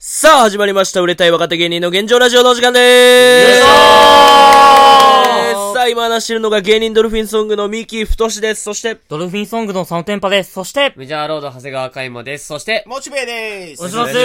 さあ始まりました。売れたい若手芸人の現状ラジオのお時間でーす。さあ今話してるのが芸人ドルフィンソングの三木太です。そしてドルフィンソングのサウテンパです。そしてメジャーロード長谷川海馬です。そしてモチベです。 お願いします。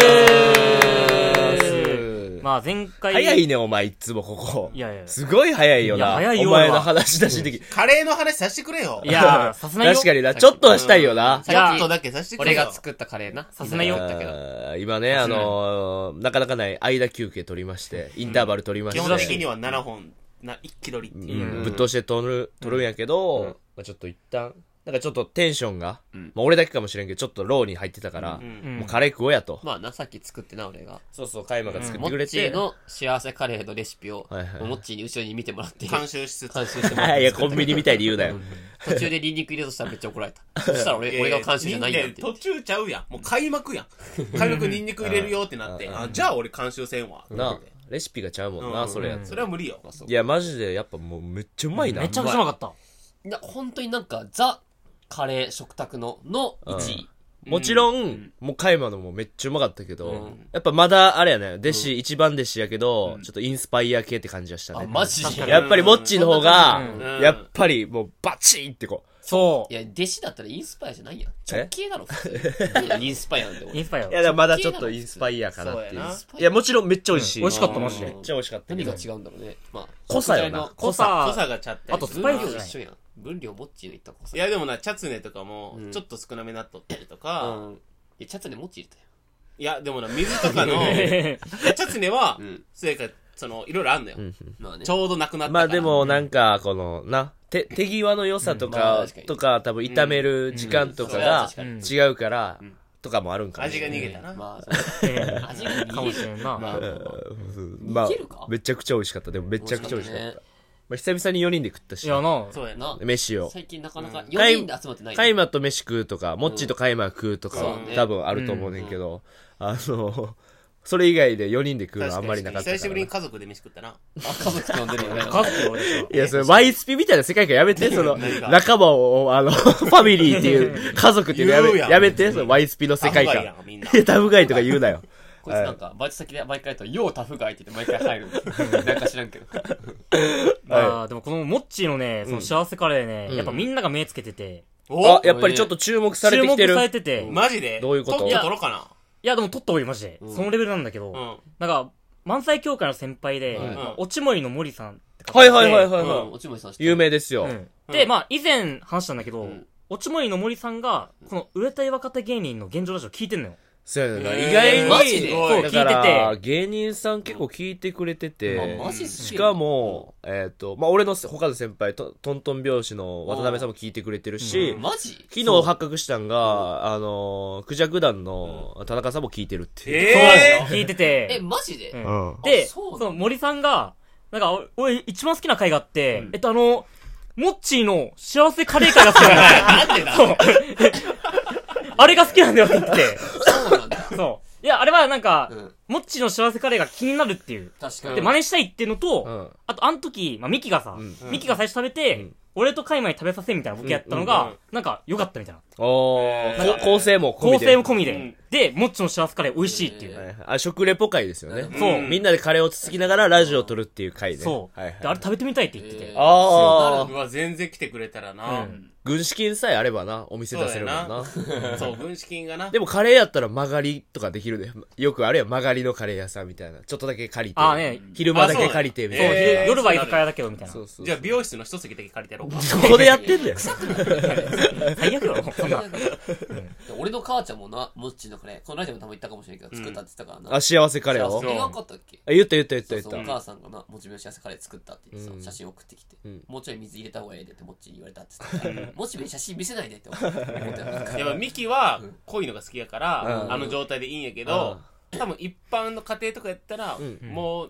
まあ前回早いねお前いつもここ。 いやいやすごい早いよな。 いや早いよお前の話出し的。 カレーの話させてくれよ。 いやさすないよ。 確かにな。ちょっとはしたいよな。 ちょっとだけさせてくれよ。 俺が作ったカレーな。 さすないよ。 だけど。 今ねなかなかない間休憩取りまして、インターバル取りまして。 基本的には7本一気取りっていう。 ぶっ通して取るんやけど、まあちょっと一旦なんかちょっとテンションが、まあ俺だけかもしれんけど、ちょっとローに入ってたから、もうカレー食おうやと。 まあな、さっき作ってな、俺が。 そうそう、カイマが作っモッてくれて。 チーの幸せカレーのレシピを、 はいはいモッチーに後ろに見てもらって。 監修しつつ。 監修してもらって。 いや、コンビニみたいに言うなよ。 途中でニンニク入れようとしたらめっちゃ怒られた。そしたら俺が監修じゃないやんって。 途中ちゃうやん。もう開幕やん。開幕ニンニク入れるよってなって、じゃあ俺監修せんわ。 なあ、レシピがちゃうもんな、それやつ。 それは無理よ。 いや、マジでやっぱもうめっちゃうまいな。 めちゃくちゃうまかった。 いや、本当になんか、ザ、カレー食卓の1位。 もちろん、もうカイマのもめっちゃうまかったけど、やっぱまだあれやね、一番弟子やけど、ちょっとインスパイア系って感じはしたあ、 ね。 マジで。 やっぱりモッチーの方が、やっぱりもうバチーンってこう。 そう。 いや、弟子だったらインスパイアじゃないやん。 え直系だろ、普通。いやインスパイアなんで俺。 インスパイア。 いや、だからまだちょっとインスパイアかなっていうそうやな。 いや、もちろんめっちゃ美味しい。 美味しかったマジでめっちゃ美味しかったけど。 何が違うんだろうね。まあ、 濃さよな食材の濃さ。 濃さがちゃって。 あとス分パイスじゃない量一緒やん。分量モッチーの言った濃さ。 いやでもな、チャツネとかも、ちょっと少なめになっとったりとか、 うん。いや、チャツネモッチー入れたよ。 いやでもな、水とかの、いやチャツネは、それか、いろいろあんのよ。 まあね。 ちょうどなくなったから。 まあでもなんか、この、手際の良さとか、多分炒める時間とかが違うから、とかもあるんかもしれない。 味が逃げたな。 まあ、味が逃げるかもしれんな。 まあ、 まあいけるか、 めちゃくちゃ美味しかった。でもめちゃくちゃ美味しかった。まあ久々に4人で食ったしい、やな。 そうやな。 な。 飯を。 最近なかなか4人で集まってない。 カイマと飯食うとか、モッチーとカイマ食うとかはそうね多分あると思うねんけど、それ以外で4人で食うのはあんまりなかったから。 久しぶりに家族で飯食ったな。 あ、家族って呼んでるよね。 家族俺でしょ。 いや、それ、ワイスピみたいな世界観やめて、その、 何が仲間を、ファミリーっていう、家族っていうの言うやんやめて、そのワイスピの世界観。 タフガイやんみんないや、タフガイとか言うなよ。 こいつなんか、バイト先で毎回と、ようタフガイって言って毎回入る。なんか知らんけど。 まあでもこのモッチーのね、その幸せカレーね、やっぱみんなが目つけてて、 あ、やっぱりちょっと注目され注目てきてる。 されてて、 マジでどういうこと特許取ろうかな。 いやでも撮った方がいいマジで。そのレベルなんだけど、 んなんか、漫才協会の先輩で、 ん落ち森の森さんって方はいはいはいはいうん、 は落ち森さん知っい。 てる有名ですよ。 で、まあ、以前話したんだけど、 ん落ち森の森さんが、この売れたい若手芸人の現状ラジオ聞いてんのよ。 そうやねんな。 へー意外に、 マジでそうだから聞いて芸人さん結構聞いてくれてて、 あマジっすねしかも、まあ、俺の他の先輩、トントン拍子の渡辺さんも聞いてくれてるし、 マジ昨日発覚したんが、クジャク団の田中さんも聞いてるっていう。 聞いてて、 マジでうん。 で、 そうその森さんが、なんか、俺一番好きな回があって、モッチーの幸せカレー会が好きなんだよ。 なんでだそう。あれが好きなんだよって言ってて。 そうなんだ。 そう。いや、あれはなんか、 うんモッチーの幸せカレーが気になるっていう。 確かに。 で、真似したいっていうのと、 うんあと、あの時、まあ、ミキがさ、ミキが最初食べて、俺とカイマに食べさせみたいな僕やったのが、なんか、良かったみたいな。 お構成も込み構で。 成も込みで。で、モッチーの幸せカレー美味しいっていう。 はいあ、食レポ会ですよね。 そうみんなでカレーをつつきながらラジオを撮るっていう回ね。 そう。 はいはい。 で、あれ食べてみたいって言ってて。 あうわ、全然来てくれたらな。 軍資金さえあればな、お店出せるもんな。 そう、軍資金がな。 でもカレーやったら曲がりとかできるで。よくあれや、曲がりのカレー屋さんみたいな。ちょっとだけ借りて。 ああね昼間だけ借りてみたそう、 いな。 夜は居酒屋だけど、みたいな。 そうそう。 じゃあ美容室の一席だけ借りてやろうか。 どこでやってんだよ。 最悪だろ、そんな。 俺の母ちゃんもな、モッチーのカレー、このラジオも多分言ったかもしれんけど、作ったって言ったからな。 あ、幸せカレーを言わんかったっけあ言った言った言ったそうそう、お言った。 母さんがな、モチベの幸せカレー作ったって言ってさ、写真送ってきて、もうちょい水入れた方がええでってモッチーに言われたって言ってたから、モチベに写真見せないでって思ってたよ。 やっぱミキは濃いのが好きやから、あの状態でいいんやけど、多分一般の家庭とかやったら、もう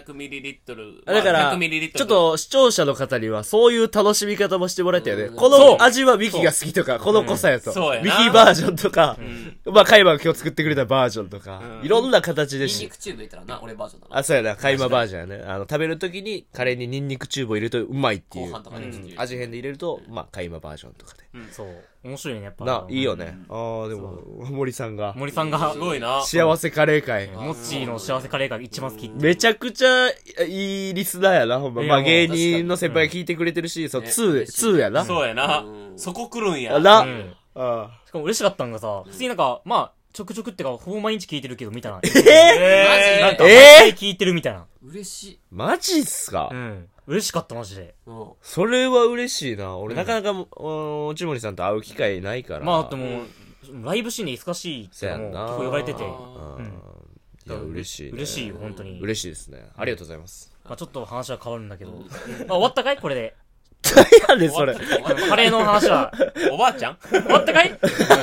200ml。 だから、 100ml ちょっと視聴者の方にはそういう楽しみ方もしてもらいたいよね。この味はミキが好きとか、この濃さやと。 そうやなミキバージョンとか、まあ、カイマが今日作ってくれたバージョンとか、いろんな形でニンニクチューブ入れたらな、俺バージョンだな。 あ、そうやな、カイマバージョンやね。食べるときにカレーにニンニクチューブを入れるとうまいっていう後半とか。に味変で入れると、まあ、カイマバージョンとかで。 そう。 面白いね、やっぱ。 いいよね。ああ、でも、森さんが。 森さんがす、ごいな。 幸せカレー会。 モッチーの幸せカレーが一番好きって。 めちゃくちゃいいリスナーやな、ほんま。まあいやもう芸人の先輩が聞いてくれてるし、そう、2やな。 そうやなう。んそこ来るんや。 な。 うんあしかも嬉しかったんがさ、普通になんか、まあ、ちょくちょくってか、ほぼ毎日聞いてるけど、みたいな。なんか、毎回聞いてるみたいな。 嬉しい。 マジっすかうん。嬉しかった、マジで。 うん。 それは嬉しいな。俺なかなか、内森さんと会う機会ないから。 まあ、でも、ライブシーンで忙しいってそうやんなも結構呼ばれてて、 いや、嬉しいね。 嬉しいよ、本当に。 嬉しいですね。ありがとうございます。 まあちょっと話は変わるんだけど。あ、終わったかいこれで。 いやね、それ。 カレーの話は。 おばあちゃん終わったかい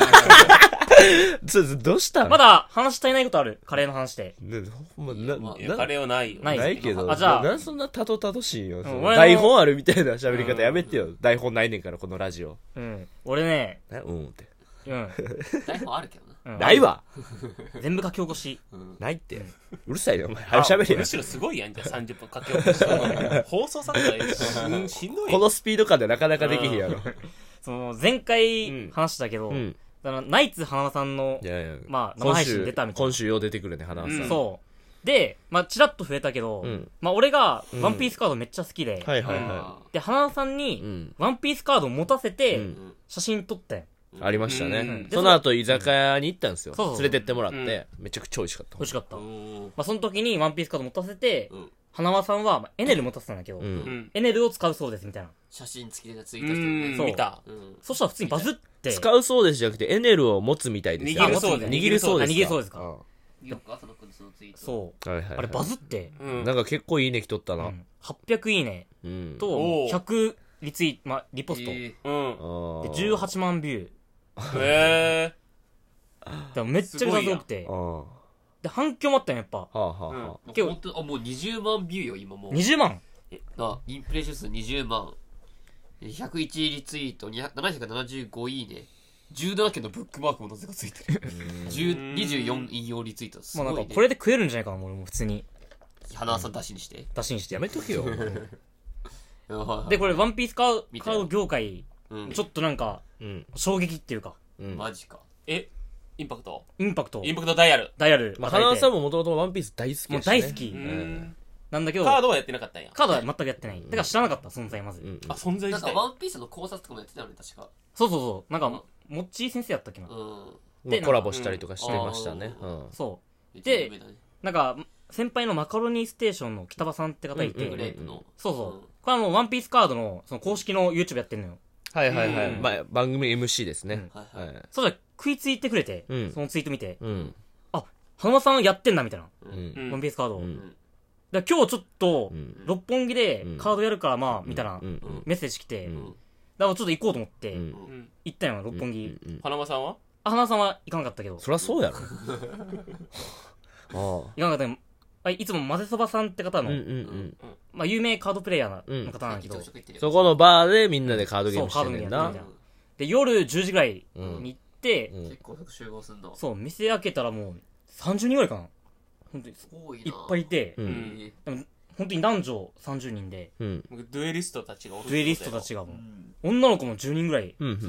どうしたんまだ話足りないことあるカレーの話で。 ねほんま、 いやカレーはないよ。 ないないけど。 あじゃあなんそんなたどたどしいよ。その俺の台本あるみたいな喋り方やめてよ。台本ないねんから、このラジオ。 うん。俺ね、 うんって。 うん。 台本あるけどな。 うんないわ全部書き起こし。 ないって。うるさいよ、お前。早く喋れよ。 むしろすごいやん、じゃあ30分書き起こした放送されたらしんどいよ。 このスピード感でなかなかできひんやろ。 その、前回話したけど、 うん。 ナイツ花輪さんのい、やいや。 まあ、生配信出たみたいな。 今週よう出てくるね、花輪さん。 そう。で、まあ、チラッと触れたけど、 うんまあ、俺が、ワンピースカードめっちゃ好きで、 はいはいはで、花輪さんい。うに、 ん。 ワンピースカードを持たせて、 うん写真撮ったよ。 ありましたうねん。 その後、居酒屋に行ったんですよ。 そうそう連れてってもらって、めちゃくちゃ美味しかった美。味しかった。まうん。 あ、その時にワンピースカード持たせて、 うん花輪さんは、まあ、エネル持たせたんだけど、 う。 うんん。 エネルを使うそうです、みたいな。 写真付きでツイートしてるね。 そう見た。 うん。 そしたら普通にバズって、 使うそうですじゃなくて、エネルを持つみたいですよ。 握るそうです握るそうです。 握るそうですかよく朝のくんそのツイート。 そう。 はいはいはい。 あれバズって、 うん。 なんか結構いいね来とったな。 うん800いいねうん。 と、 おー 100リツイまあ、リポスト。で、 えうん。 18万ビュー。 へだからめっちゃくちゃすごくてあ。あ。はで、反響もあったよ、やっぱ。 あはあはあ。 ー、ほんと、あ、もう20万ビューよ、今もう。 20万インプレッション数20万。101リツイート、775いいね。17件のブックマークもなぜかついてる。24引用リツイート。すごいね。 もうなんか、これで食えるんじゃないかな、俺も普通に。 花輪さん出しにして。 出しにして。 やめとけよ。 で、これ、ワンピースカー見たよド業界、 うん。 ちょっとなんか、 うん。 衝撃っていうか、 うん。 マジか。 え、インパクトインパクト、 インパクトダイヤル。 ダイヤル、 まあ、 与えて花輪さんももともとワンピース大好きもうやしね。 大好きう。ん。 なんだけど、 カードはやってなかったんや。 カードは全くやってない。だから知らなかった、存在まず。 うん。 あ、存在なんか自体。 ワンピースの考察とかもやってたよね、確か。 そうそうそう。なんか、モッチー先生やったっけな。 うん。 まあコラボしたりとかしてましたね。 ううん。 そう。 めっちゃ有名だね。 なんか、先輩のマカロニステーションの北場さんって方いて、 うんグレープの。 そうそう。 うんこれワンピースカードの、その公式の YouTube やってんのよ。 はいはいはい。 うんまあ、番組 MC ですね。 はいはい。 はい。 そしたら食いついてくれて、 うんそのツイート見て、 うん。 あ、花輪さんやってんだみたいな。 うん。 うんワンピースカードを。 うんだから今日ちょっとう、ん。 六本木でうんカードやるからまあ、みたいなうん。うん。 メッセージ来て、 うんだからちょっと行こうと思って、 うん。 うん。 行ったよ、六本木。 うん。 花間さんはあ、花輪さんは行かなかったけど、 そりゃそうやろ。ああ。 行かなかったけどあいつも混ぜそばさんって方の、 うんうんうん。 まあ有名カードプレイヤーの方なんだけど、 朝食行ってるよそこのバーでみんなでカードゲームしそうカードてんねんなゲームやってるみたい。な。で、夜10時ぐらいに行って、 うん結構集合すんだ。 そう、店開けたらもう30人ぐらいかな。本当に多いな。 いっぱいいて、 うんえでも本当に男女30人で、 うん。 デュエリストたちがおる。 デュエリストたちが。 がもう、女の子も10人ぐらい。 うん。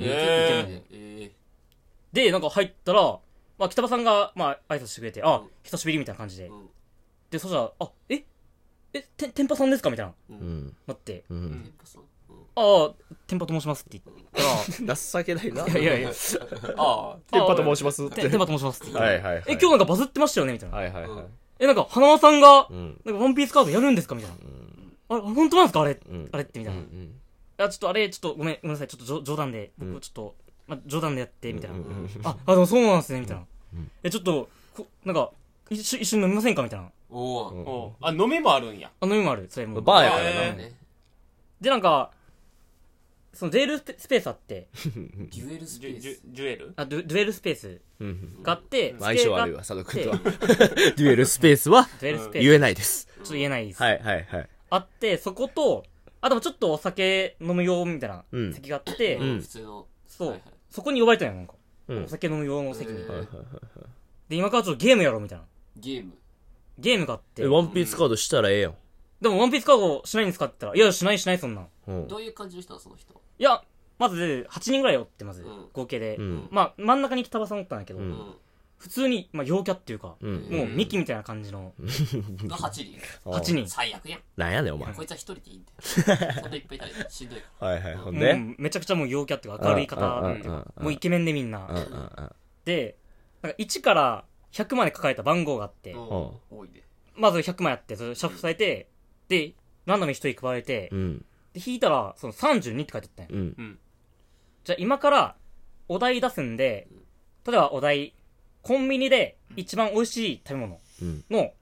で、なんか入ったら、まあ北場さんが、まあ挨拶してくれて、あうん、 久しぶりみたいな感じでう。ん。 で、そしたら、あ、天パさんですかみたいな。 う。 うんん。 なって、 う。 うんん。 ああ、天パと申しますって言った情けないな。 ら、いやいやいや、 ああ。 天パと申しますって。 天パと申しますって言って。 はいはいはい。 今日なんかバズってましたよねみたいな。 はいはいはい。 なんか花輪さんが、 うん。 なんかワンピースカードやるんですかみたいな。あれ、本当なんですかあれ、 うん。 あれってみたいな。 うんあ、ちょっとあれ、ちょっとごめんなさい、ちょっと冗談で、 うん僕ちょっと、まあ、冗談でやって、みたいな。 うんうんでもそうなんですね、みたいな。 うんちょっと、なんか、一緒に飲みませんかみたいな。 おー。 うんおうあ、飲みもあるんや。 飲みもある、それも。 バーやからな。 ね。 で、なんか、そのデュエルスペースあって、 デュエルスペース。 ジュエルデュエルスペースうん。 があって、 相性悪いわ、 机佐渡君とは。デュエルスペースはデュエルスペース。 言えないです。 ちょっと言えないです。 はいはいはい。 あって、そこと、あともちょっとお酒飲む用みたいなうん席があって、 うん普通の。 そう、 はいはいそこに呼ばれたんや、なんか。 うんお酒飲む用の席に。 はいはいはいで、今からちょっとゲームやろうみたいな。 ゲーム。 ゲームがあって。 ワンピースカードしたらええやん。 でもワンピースカードしないんですかって言ったら、いや、しないそんなん。 うん。 どういう感じの人なのその人。 いや、 まず8人ぐらいおって、まず合計で、まあ真ん中に北場さんおったんだけど、普通にまあ陽キャっていうか、もうミキみたいな感じの 8人 8人最悪やん。 なんやねんお前。 こいつは1人でいいんだよ。そんないっぱいいたらしんどいから。 はいはい、ほんでめちゃくちゃもう陽キャっていうか明るい方、もうイケメンでみんな。で、なんか1から100まで書かれた番号があって、 多いで。 まず100枚あって、それシャッフルされて、で、ランダムに1人配られて、で、引いたら、その32って書いてあったんや。じゃあ今からお題出すんで、例えばお題、コンビニで一番美味しい食べ物の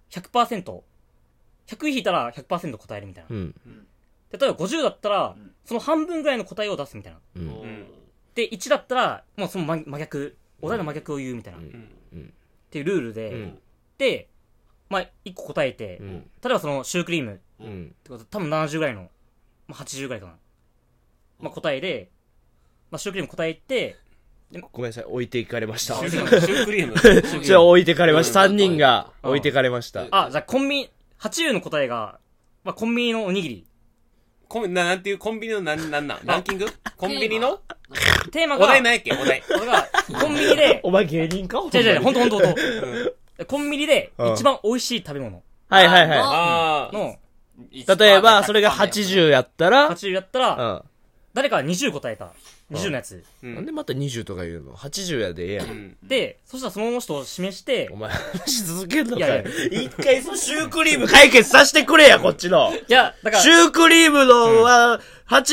100%、100引いたら 100% 答えるみたいな。例えば50だったら、その半分ぐらいの答えを出すみたいな。で、1だったら、もうその真逆、お題の真逆を言うみたいな。っていうルールで、で、まあ、1個答えて、例えばそのシュークリームってこと多分70ぐらいの、まあ、80ぐらいかな。まあ、答えで、まあ、シュークリーム答えて、 ごめんなさい、置いていかれました。 シュークリームじゃあ置いてかれました。3人が置いてかれました。 あ、じゃあコンビニ、80の答えが、まあ、コンビニのおにぎり。 なんていうコンビニのなんランキングコンビニのテーマが、 お題なんやっけお題。 俺が、コンビニで、 お前芸人か違う、ほんと。コンビニで一番美味しい食べ物。 はいはいはい。 の、 例えば、それが80やったら、 80やったら、誰か20答えた。20のやつ。 なんでまた20とか言うの ?80 やでええやん。 で、そしたらその人を示して、 お前話し続けんのかいやよ。一回そのシュークリーム解決させてくれや、こっちの。 いや、だから、 シュークリームのは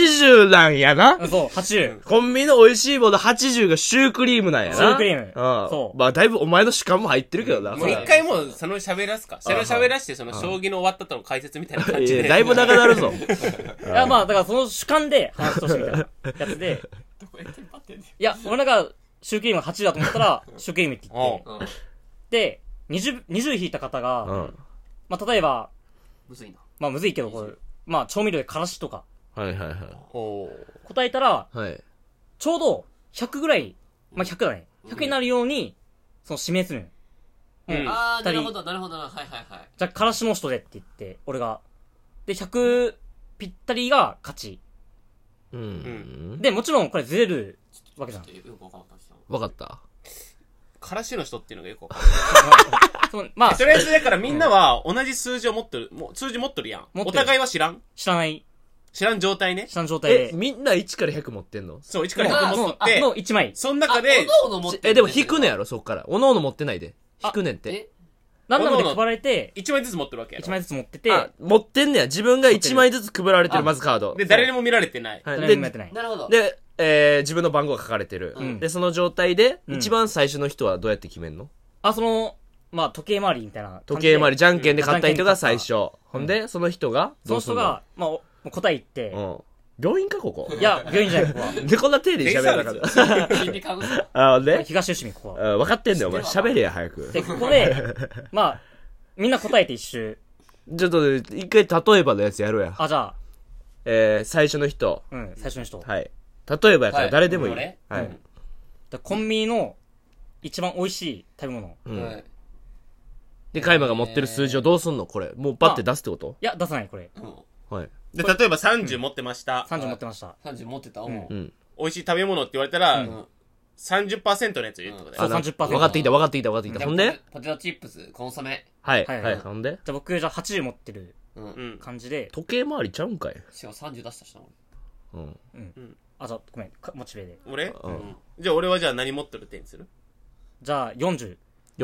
80なんやな。 そう、80。 コンビニの美味しいもの80がシュークリームなんやな。 シュークリーム。 そう。まあだいぶお前の主観も入ってるけどな。 もう一回もうその喋らすか。それを喋らしてその将棋の終わった後の解説みたいな感じで。 だいぶ長なるぞ。 いや、まあだからその主観で話してほしいみたいなやつで。いや、俺なんか、シュークリームが80だと思ったら、シュークリームって言って、で、20引いた方が、まあ、例えば、 むずいな。 まあ、むずいけど、これ、まあ、調味料でからしとか、 はいはいはい。 答えたら、 はい。 ちょうど、100ぐらい、まあ、100だね。100になるように、その指名するの。 あー、なるほど、はいはいはい。 じゃあ、からしの人でって言って、俺が。で、100ぴったりが勝ち。で、もちろんこれずれるわけじゃん。 わかった。 からしの人っていうのがよくわかる。 まあ、 とりあえずだからみんなは同じ数字を持ってる、数字持ってるやん。お互いは知らん知らん状態ね。 知らん状態で。 みんな1から100持ってんの？ そう、1から100持って。 の1枚。 その中で、 でも引くねやろ、そっから。おのおの持ってないで。引くねんって。 ランダムで配られて、 1枚ずつ持ってるわけやろ。 1枚ずつ持ってて、 持ってんねや。自分が1枚ずつ配られてる、まずカード。 で、誰にも見られてない。 誰にも見られてない。 なるほど。 で、自分の番号が書かれてる。で、その状態で、一番最初の人はどうやって決めんの？ まあ、時計回りみたいな。 時計回り、じゃんけんで勝った人が最初。ほんで、その人がその人が、まあ、答え言って、 病院か、ここ。 いや、病院じゃない、ここは。 で、こんな手で喋らなかった。 心理科学で東吉見、ここは。 分かってんだよ、お前。喋れや、早く。 で、ここで、まあ、みんな答えて一周。 ちょっと、一回例えばのやつやろうや。 じゃあ。 最初の人。 最初の人。 はい。例えばやから誰でもいい。はい。 コンビニの一番美味しい食べ物。 で、カイマが持ってる数字をどうすんのこれ。もうパッて出すってこと？ いや、出さない、これ。 はい。 で、例えば30持ってました。 30持ってました。 30持ってた。 美味しい食べ物って言われたら、30% のやつ言うってことだよ。 そう、30%。 分かってきた。ほんでポテトチップス、コンソメ。 はい。ほんでじゃあ僕、じゃあ80持ってる感じで。 時計回りちゃうんかい？ しかも30出したしな、 俺。じゃあ、ごめん、モチベで。 俺じゃあ俺はじゃあ何持ってるってにする？ じゃあ、40。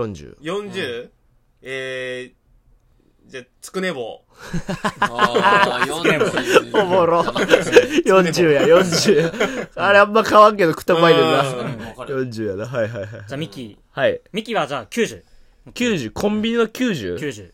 40？じゃあ、つくね棒。 40。 おもろ。40や、40。あれあんま変わんけど、くたばいでな。40やな。はい。 じゃあ、ミキ。 はい。 ミキはじゃあ、90。 90、コンビニの 90？90。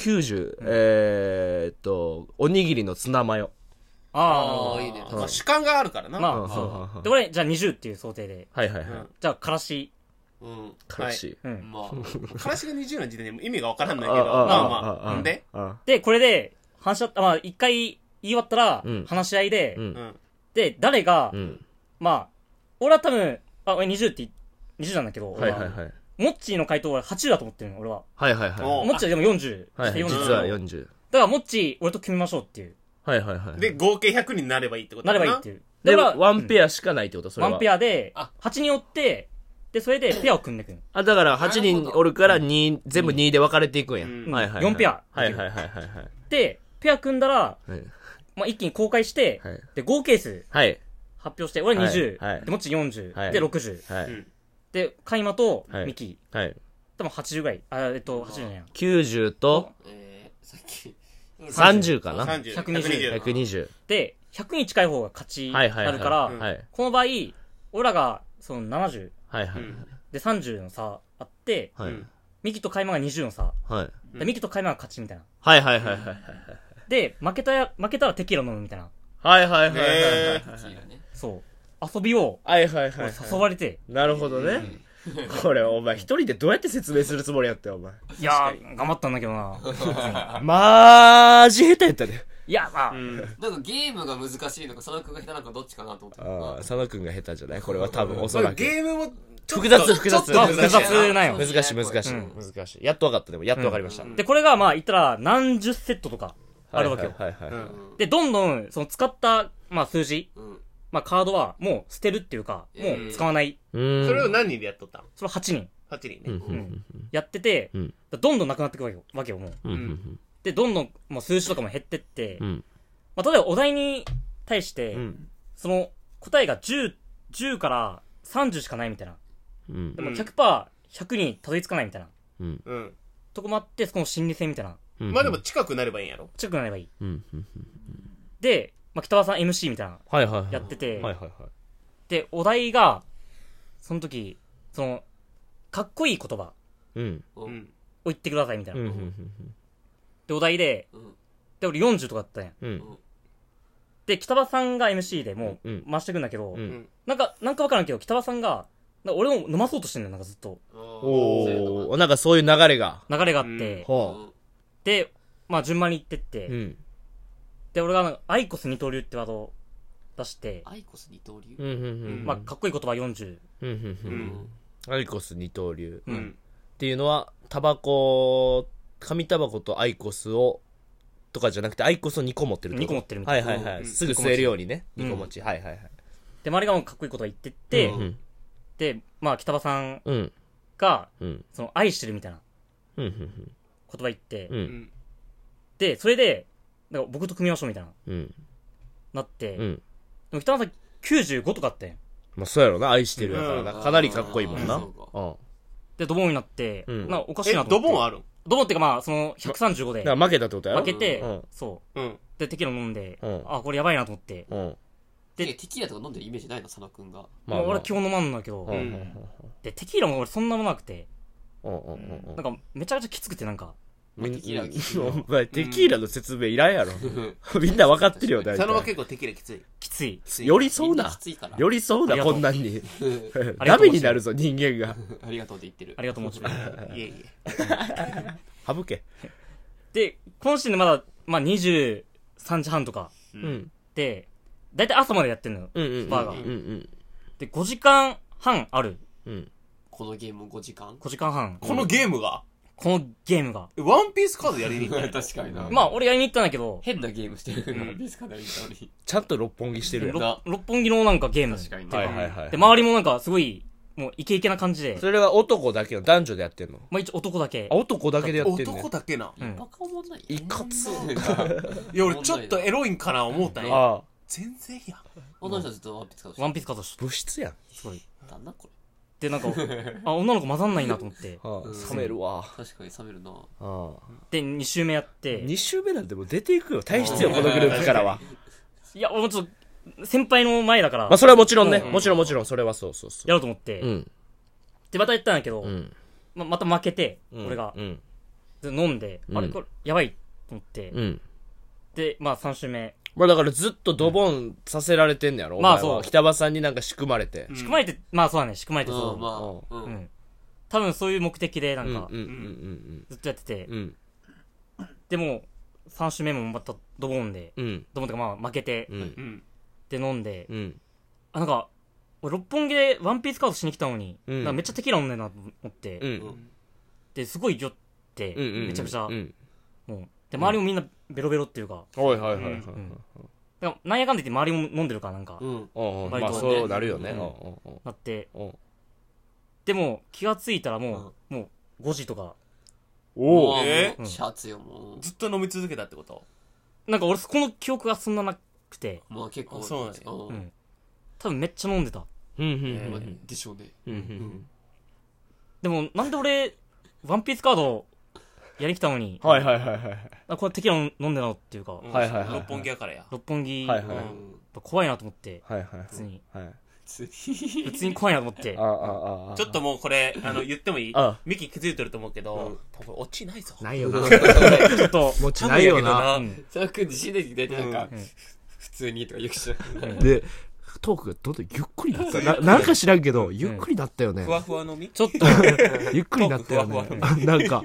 おにぎりのツナマヨ。 いいね。 主観があるからな。 まあ、そう。で、俺、じゃあ20っていう想定で。 はい。 じゃあ、からし。 からし。 からしが20の時点で意味がわからんないけど、まあ。 で、これで、まあ、一回言い終わったら、話し合いで、で、誰が、まあ、俺は多分、俺20って、20なんだけど、モッチーの回答は80だと思ってるの、俺は。 はい。 モッチーはでも40。 実は40。 だから、モッチー、俺と決めましょうっていう。 はい。 で、合計100になればいいってことなればいいっていう。 で、ワンペアしかないってことそれは。 ワンペアで、8人おって、で、それでペアを組んでいくん。 だから8人おるから2、全部2で分かれていくんや。はいはい。 4ペア。 はいはいはいはい。 で、ペア組んだら、まあ一気に公開して、で、合計数。発表して、俺20、で、もっち40、で、60。で、カイマとミキ。多分80ぐらい。80じゃないや。 90と、 さっき。 30かな ?120。で、100に近い方が勝ちになるから、この場合、俺らが、その70。で、30の差あって、ミキとカイマが20の差。で、ミキとカイマが勝ちみたいな。で、負けたらテキーラ飲むみたいな。そう。遊びを、誘われて。 なるほどね。これ、お前一人でどうやって説明するつもりやったよ、お前。 いやー、頑張ったんだけどな。 マジ下手やったね。 いや、まあ。 なんかゲームが難しいのか、佐野くんが下手なのかどっちかなと思ってああ、佐野くんが下手じゃないこれは多分、おそらく。 ゲームも、 複雑なんよ。 難しい。やっと分かった。でも、やっと分かりました。 で、これが、まあ、言ったら、何十セットとか、あるわけよ。で、どんどん、その使った、まあ、数字、まあ、カードは、もう捨てるっていうか、もう使わない。 それを何人でやっとったん？ それは8人。 8人ね。 やってて、どんどんなくなっていくわけよ、もう。で、どんどん、もう数字とかも減ってって、まあ、例えばお題に対して、その、答えが10から30しかないみたいな。でも 100%100 にたどり着かないみたいな。とこもあって、そこの心理戦みたいな。 まあでも近くなればいいんやろ？ 近くなればいい。で、まあ、北川さん MC みたいな。やってて。で、お題が、その時、その、かっこいい言葉を言ってくださいみたいな。で、お題で、で、俺40とかだったんや。で、北川さんが MC でもう回してくんだけど、なんかわからんけど、北川さんが、俺を飲まそうとしてんのよ、なんかずっと。 なんかそういう流れが。 あって、で、まあ順番に行ってって、で、俺がアイコス二刀流ってワードを出して、 アイコス二刀流まあかっこいい言葉40。 アイコス二刀流。っていうのは、紙タバコとアイコスを、とかじゃなくて、アイコスを2個持ってる 2個持ってるみたいな。すぐ吸えるようにね。2個持ち。 で、周りがもうかっこいい言葉言ってって、で、まあ北場さんが、その、愛してるみたいな言葉言って、で、それで、僕と組みましょうみたいな。なって、でも北場さん95とかあってん。 まあそうやろな、愛してるやからな。かなりかっこいいもんな。 で、ドボンになって、おかしいなと思って。 ドボンあるん？ ドボンってかまあ、その、135で。 だから負けたってことやろ？ 負けて、そう。で、テキーラ飲んで、あ、これやばいなと思って。 で、テキーラとか飲んでるイメージないな、佐野くんが。 まあ俺は基本飲まんだけど、で、テキーラも俺そんなもなくて、なんか、めちゃくちゃきつくてなんか、 お前テキーラの説明いらんやろ。みんな分かってるよ、大体。 佐野は結構テキーラきつい。 きつい。 寄り添うな。寄り添うな、こんなんに。ダメになるぞ、人間が。 ありがとうって言ってる。 ありがとうもちろん。いえいえ。 省け。 で、この時点でまだ、まあ23時半とか。で、だいたい朝までやってんのよ。バーが。で、5時間半ある。 このゲーム5時間 ?5 時間半。 このゲームがワンピースカードやりに行った。 確かにな。 まあ、俺やりに行ったんだけど。 変なゲームしてる。ワンピースカードやりに行ったのに。 ちゃんと六本木してるやん。 六本木のなんかゲーム。 確かにで、周りもなんかすごい、もうイケイケな感じで。 それは男だけの男女でやってんの？ まあ一応男だけ。 男だけでやってんの？ 男だけな。 バカおもんない。 いかつ。 いや、俺ちょっとエロいんかな思ったんや。全然や。 女の人はずっとワンピースカードしてる。 ワンピースカードしてる。 物質やん。 すごい。 なんだこれ。 で、なんか、女の子混ざんないなと思って。 冷めるわ。 確かに冷めるな。 で、2周目やって。 2周目なんてもう出ていくよ。体質よ、このグループからは。 いや、俺もちょっと、先輩の前だから。 まあ、それはもちろんね。もちろん、それはそう。 やろうと思って。で、またやったんだけど、また負けて、俺が。飲んで、あれ、これ、やばいと思って。で、まあ3周目。 まあだからずっとドボンさせられてんねやろ。まあそう。北場さんになんか仕組まれて。 まあそうだね、仕組まれてそう。 まあ、 多分そういう目的でなんか、ずっとやってて。でも、3周目もまたドボンで、ドボンとかまあ負けて、で飲んで、なんか、俺六本木でワンピースカードしに来たのに、なんかめっちゃテキーラ飲んでんなと思って、で、すごい酔って、めちゃくちゃ、もう、で、周りもみんなベロベロっていうか、 だからなんやかんで言って周りも飲んでるからなんか、 まあそうなるよね。 なって、でも気がついたらもう5時とか。 おぉ、シャツよ、もう。 ずっと飲み続けたってこと？ なんか俺この記憶がそんななくて。 まあ結構。 そうなんですよ。 多分めっちゃ飲んでた。 でしょうね。 でもなんで俺、ワンピースカードやりきたのに。 これテキーラ飲んでなのっていうか。 六本木やからや。 六本木。怖いなと思って。普通に。普通に怖いなと思って。 ちょっともうこれ、言ってもいい？ミキ気づいてると思うけど、多分オチないぞ。 ないよな。 ちょっと、 持ちないよな。 佐野くん自信できてなんか、普通にとか言うし。 で、トークがどんどんゆっくりなった。なんか知らんけど、ゆっくりなったよね。 ふわふわのみ？ ちょっと、 ゆっくりなったよね。なんか。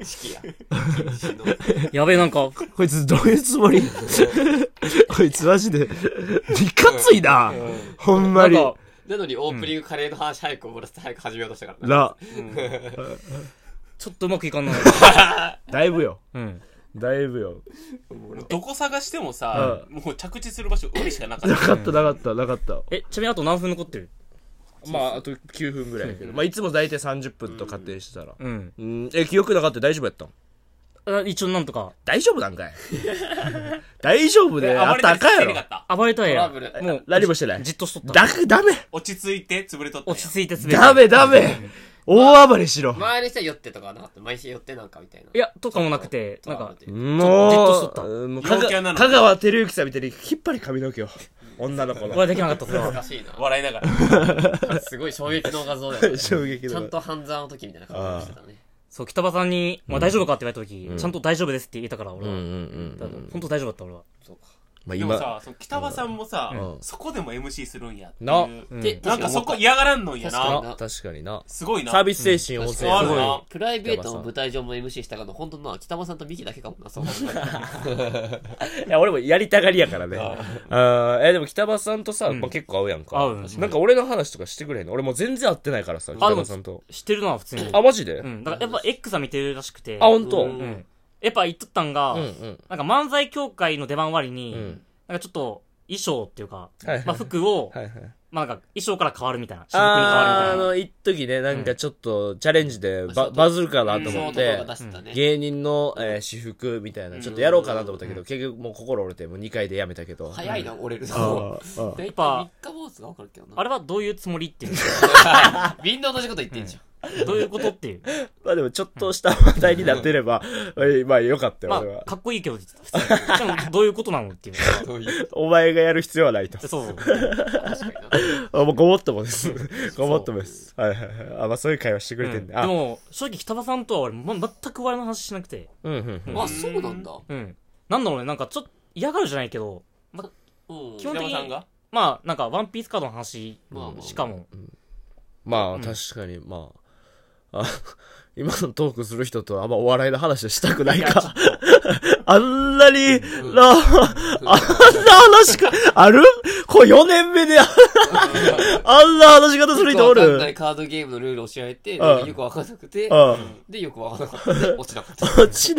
やべえ、なんか。 こいつどういうつもり？こいつマジで、いかついな。ほんまに。 なのにオープニングカレーの話早く始めようとしたからな。 ちょっとうまくいかんない。 だいぶよ。だいぶよ。 どこ探してもさ、もう着地する場所海しかなかった。 なかった。 ちなみにあと何分残ってる？ まああと9分ぐらいだけど、まあいつも大体30分と仮定してたら。記憶なかった大丈夫やったん？ 一応なんとか。 大丈夫なんかい。大丈夫であったらあかんやろ。 暴れたいや。 もう何もしてない。 じっとしとった。 ダメ。 落ち着いて潰れとった。 落ち着いて潰れた。 ダメ。大暴れしろ。 周りの人は寄ってとかなかった。毎日寄ってなんかみたいな。 いや、とかもなくて、なんか、 もう、 じっとしとった。 香川照之さんみたいに引っ張り髪の毛を。女の子の。 俺できなかった、それは。 難しいな。 笑いながら。 すごい衝撃の画像だよね。 衝撃の。 ちゃんと半沢の時みたいな顔してたね。 そう、北場さんに、まあ大丈夫かって言われた時、ちゃんと大丈夫ですって言えたから、俺は。本当大丈夫だった、俺は。 そうか。 でもさ、北場さんもさ、そこでも MC するんやっていう。 なんかそこ嫌がらんのんやな。 確かにな。 すごいな。 サービス精神旺盛。すごい。 プライベートの舞台上も MC したから、本当な、北場さんとミキだけかもな、そう。いや、俺もやりたがりやからね。でも北場さんとさ、結構合うやんか。なんか俺の話とかしてくれへんの？俺もう全然会ってないからさ、北場さんと。 知ってるな、普通に。 あ、マジで？ だからやっぱ X は見てるらしくて。 あ、本当？ やっぱ言っとったんが、なんか漫才協会の出番終わりに、なんかちょっと衣装っていうか、まあ服を、まあなんか衣装から変わるみたいな。私服に変わるみたいな。 一時ね、なんかちょっとチャレンジでバズるかなと思って、芸人の私服みたいな、ちょっとやろうかなと思ったけど、結局もう心折れて、もう2回でやめたけど。 早いな、折れるの。やっぱ、3日坊主が分かるけどな。 あれはどういうつもりっていう。 みんな同じこと言ってんじゃん。 どういうことっていう。 まあでもちょっとした話題になってれば、まあよかったよ、俺は。 かっこいいけど、でもどういうことなのっていう。 お前がやる必要はないと。 そう。 もうごもっともです。ごもっともです。はい。まあそういう会話してくれてんだ。 でも、正直北場さんとは俺、全く笑いの話しなくて。 あ、そうなんだ。 なんだろうね、なんかちょっと嫌がるじゃないけど、基本的に、まあなんかワンピースカードの話しかも。 まあ確かに、まあ。今のトークする人とあんまお笑いの話したくないか。あんなに、あんな話か、ある？これ4年目であんな話し方する人おる？ よくわかんないカードゲームのルール教えて、よくわかんなくて、で、よくわかんなかった。落ちなかった。 落ちない。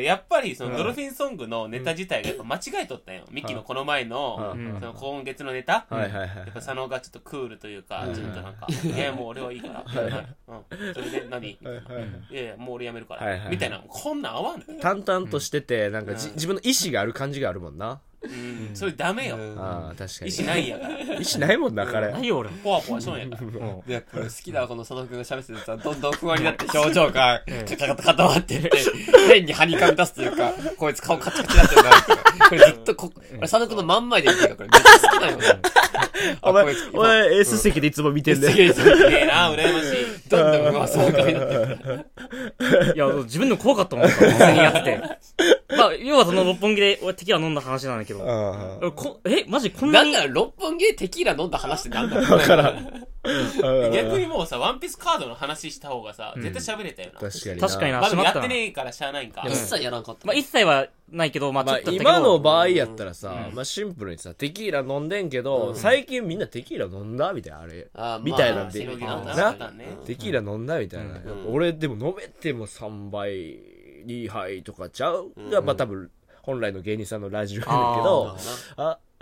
やっぱりそのドルフィンソングのネタ自体がやっぱ間違えとったんよ。ミキのこの前の、その今月のネタ。やっぱ佐野がちょっとクールというか、ちょっとなんか、いやもう俺はいいから。それで何？いやもう俺やめるから。みたいな、こんなん合わん。 淡々としてて、なんか自分の意思がある感じがあるもんな。 それダメよ。 確かに。 意思ないんやから。 意思ないもんな、彼。 ないよ、俺。 ポワポワしとんやから。 いや、これ好きだわ、この佐野くんが喋ってるとどんどん不安になって表情が固まってって、変にはにかみ出すというか、こいつ顔カチカチになってるな。これずっと佐野くんの真ん前で見てるから、これめっちゃ好きだよね。 お前、S 席でいつも見てんね。 すげえな、羨ましい。 どんどん不安そうな顔になってる。 いや、自分でも怖かったもん、普通にやってて。まあ、要はその六本木で俺テキーラ飲んだ話なんだけど。マジこんなに。 なんなら六本木でテキーラ飲んだ話ってなんだろう。 だから。 逆にもうさ、ワンピースカードの話した方がさ、絶対喋れたよな。 確かにな。 まだやってねえからしゃあないんか。 一切やらんかった。 まあ一切はないけど、まあちょっと今の場合やったらさ、まあシンプルにさ、テキーラ飲んでんけど、最近みんなテキーラ飲んだみたいな、あれ。みたいなんで。なテキーラ飲んだみたいな。俺でも飲めても3杯、2杯とかちゃうが、まあ多分、本来の芸人さんのラジオやけど、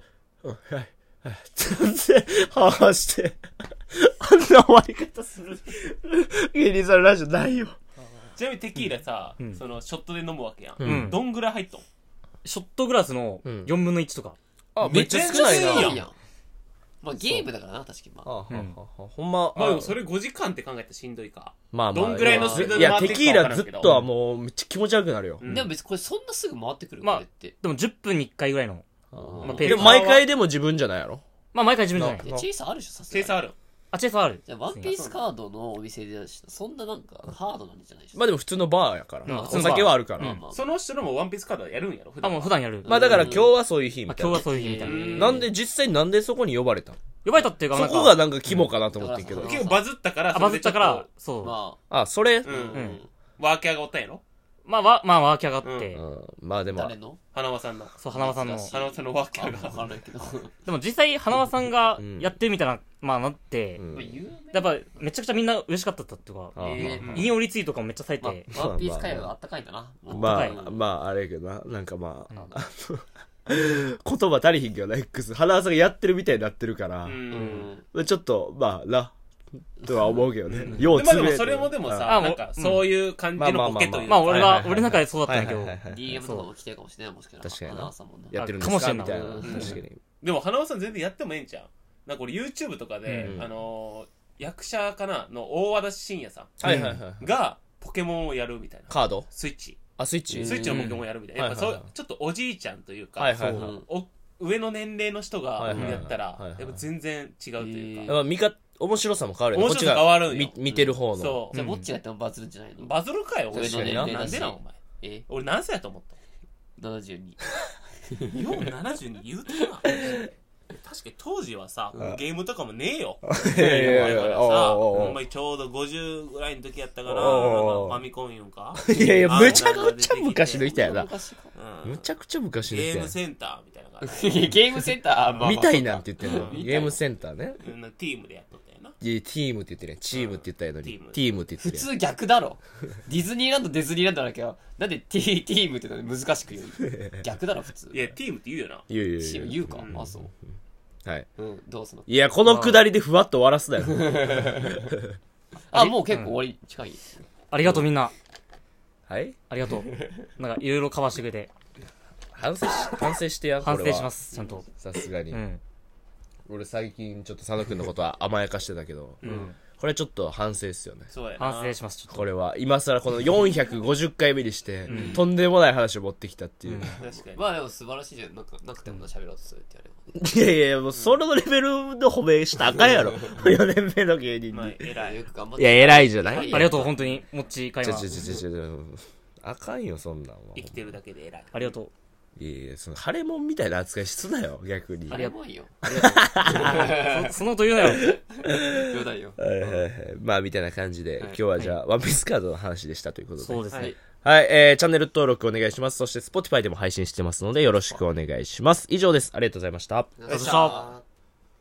全然、話して。あんな終わり方する。芸人さんのラジオないよ。 ちなみにテキーラさ、その、ショットで飲むわけやん。 うんどんぐらい入っとん？ ショットグラスの4分の1とか。 あ、めっちゃ少ないな。 いいやん。まあゲームだからな、確かに。まあ。 ほんま。 まあでもそれ5時間って考えたらしんどいか。 まあまあ。 どんぐらいのスピードいや、 で回ってテキーラずっとはもうめっちゃ気持ち悪くなるよ。 でも別にこれそんなすぐ回ってくるまあこれって。 でも10分に1回ぐらいの。 でも毎回でも自分じゃないやろ。 まあ毎回自分じゃない。 いやチェイサーあるでしょ、さすがに。 チェイサーある。 あ、チェイサーある。 じゃあワンピースカードのお店でそんななんかハードなんじゃないでしょ。 まあでも普通のバーやから。 うんお酒はあるから。 その人のもワンピースカードやるんやろあ、もう普段やる。 まあだから今日はそういう日みたいな。 今日はそういう日みたいな。 なんで実際なんでそこに呼ばれたの？ 呼ばれたっていうか、 そこがなんか肝かなと思ってんけど。 結構バズったから、 バズったから、そう。 まあ、それ？ ワーキャーがおったんやろ？ まあ、ワーキャーがあって。 まあであ、 も。 誰の花輪さんの。 そう、花輪さんの。 花輪さんのワーキャーが。 わかんないけど。 でも実際、花輪さんがやってるみたいな、まあなって、やっぱめちゃくちゃみんな嬉しかったっていうか、引用リツイートとかもめっちゃされて。 ワンピース会話があったかいんだな。 まあ、あれやけどな。なんかまあ、言葉足りひんけどな、X。花輪さんがやってるみたいになってるから、ちょっと、まあ、とは思うけどね。 ようつめ。でもそれもでもさ、なんかそういう感じのボケというか。 まあ俺の中でそうだったんだけど。 DM とかも来てるかもしれないもしかしたら。 確かにな。 さんもやってるんですかみたいな。確かに。 でも花輪さん全然やってもええんちゃう？なんか俺 YouTube とかで、役者かなの大和田伸也さんがポケモンをやるみたいな。 カード？ スイッチ。 あ、スイッチ？ スイッチのポケモンやるみたいな。やっぱそう、ちょっとおじいちゃんというか、上の年齢の人がやったら、やっぱ全然違うというか。 面白さも変わるよね。 面白さ変わるんよ。 見てる方の。 そう。 じゃあ、ぼっちがやってもバズるんじゃないの？ バズるかよ、 上の年齢なんでなんお前。俺何歳やと思った ?72。 よう72言うてな。確かに当時はさ、ゲームとかもねえよ。 いやいやほんまにちょうど50ぐらいの時やったから、ファミコン言うんか？ いやいや、むちゃくちゃ昔の人やな。むちゃくちゃ昔の人や。 ゲームセンターみたいな感じ。ゲームセンターみたいなんて言ってんの。ゲームセンターね。 ティームでやっとったよな。 いや、ティームって言ってるやん。チームって言ったやのに。ティームって言ってるやん。 普通逆だろ。ディズニーランド、ディズニーランドだけど、なんでティームって言うの難しく言う？逆だろ、普通。 いや、ティームって言うよな。 言うか。あ、そう。 はい。 どうすんの？ いや、このくだりでふわっと終わらすなよ。 あ、もう結構終わり近い。 ありがとうみんな。 はい？ ありがとう。なんかいろいろかわしてくれて。 反省してや。 反省します、ちゃんと。 さすがに。俺最近ちょっと佐野くんのことは甘やかしてたけど、これちょっと反省っすよね。 反省します、ちょっと。 これは、今更この450回目にして、とんでもない話を持ってきたっていう。 確かに。まあでも素晴らしいじゃん。なくても喋ろうとするってやれば。 いやいや、もうそのレベルの褒めしたらあかんやろ。4年目の芸人に。 偉い。よく頑張って。 いや、偉いじゃない？ ありがとう、本当に。もっち会話。 あかんよ、そんなんは。 生きてるだけで偉い。 ありがとう。 いや、その、ハレモンみたいな扱いすなよ、逆に。 ハレモンよ。 ありがとう。そのと言うなよ。 冗談よ。 まあ、みたいな感じで、今日はじゃあ、ワンピースカードの話でしたということで。 そうですね。 はい、チャンネル登録お願いします。そして、Spotify でも配信してますので、よろしくお願いします。以上です。ありがとうございました。 ありがとうございました。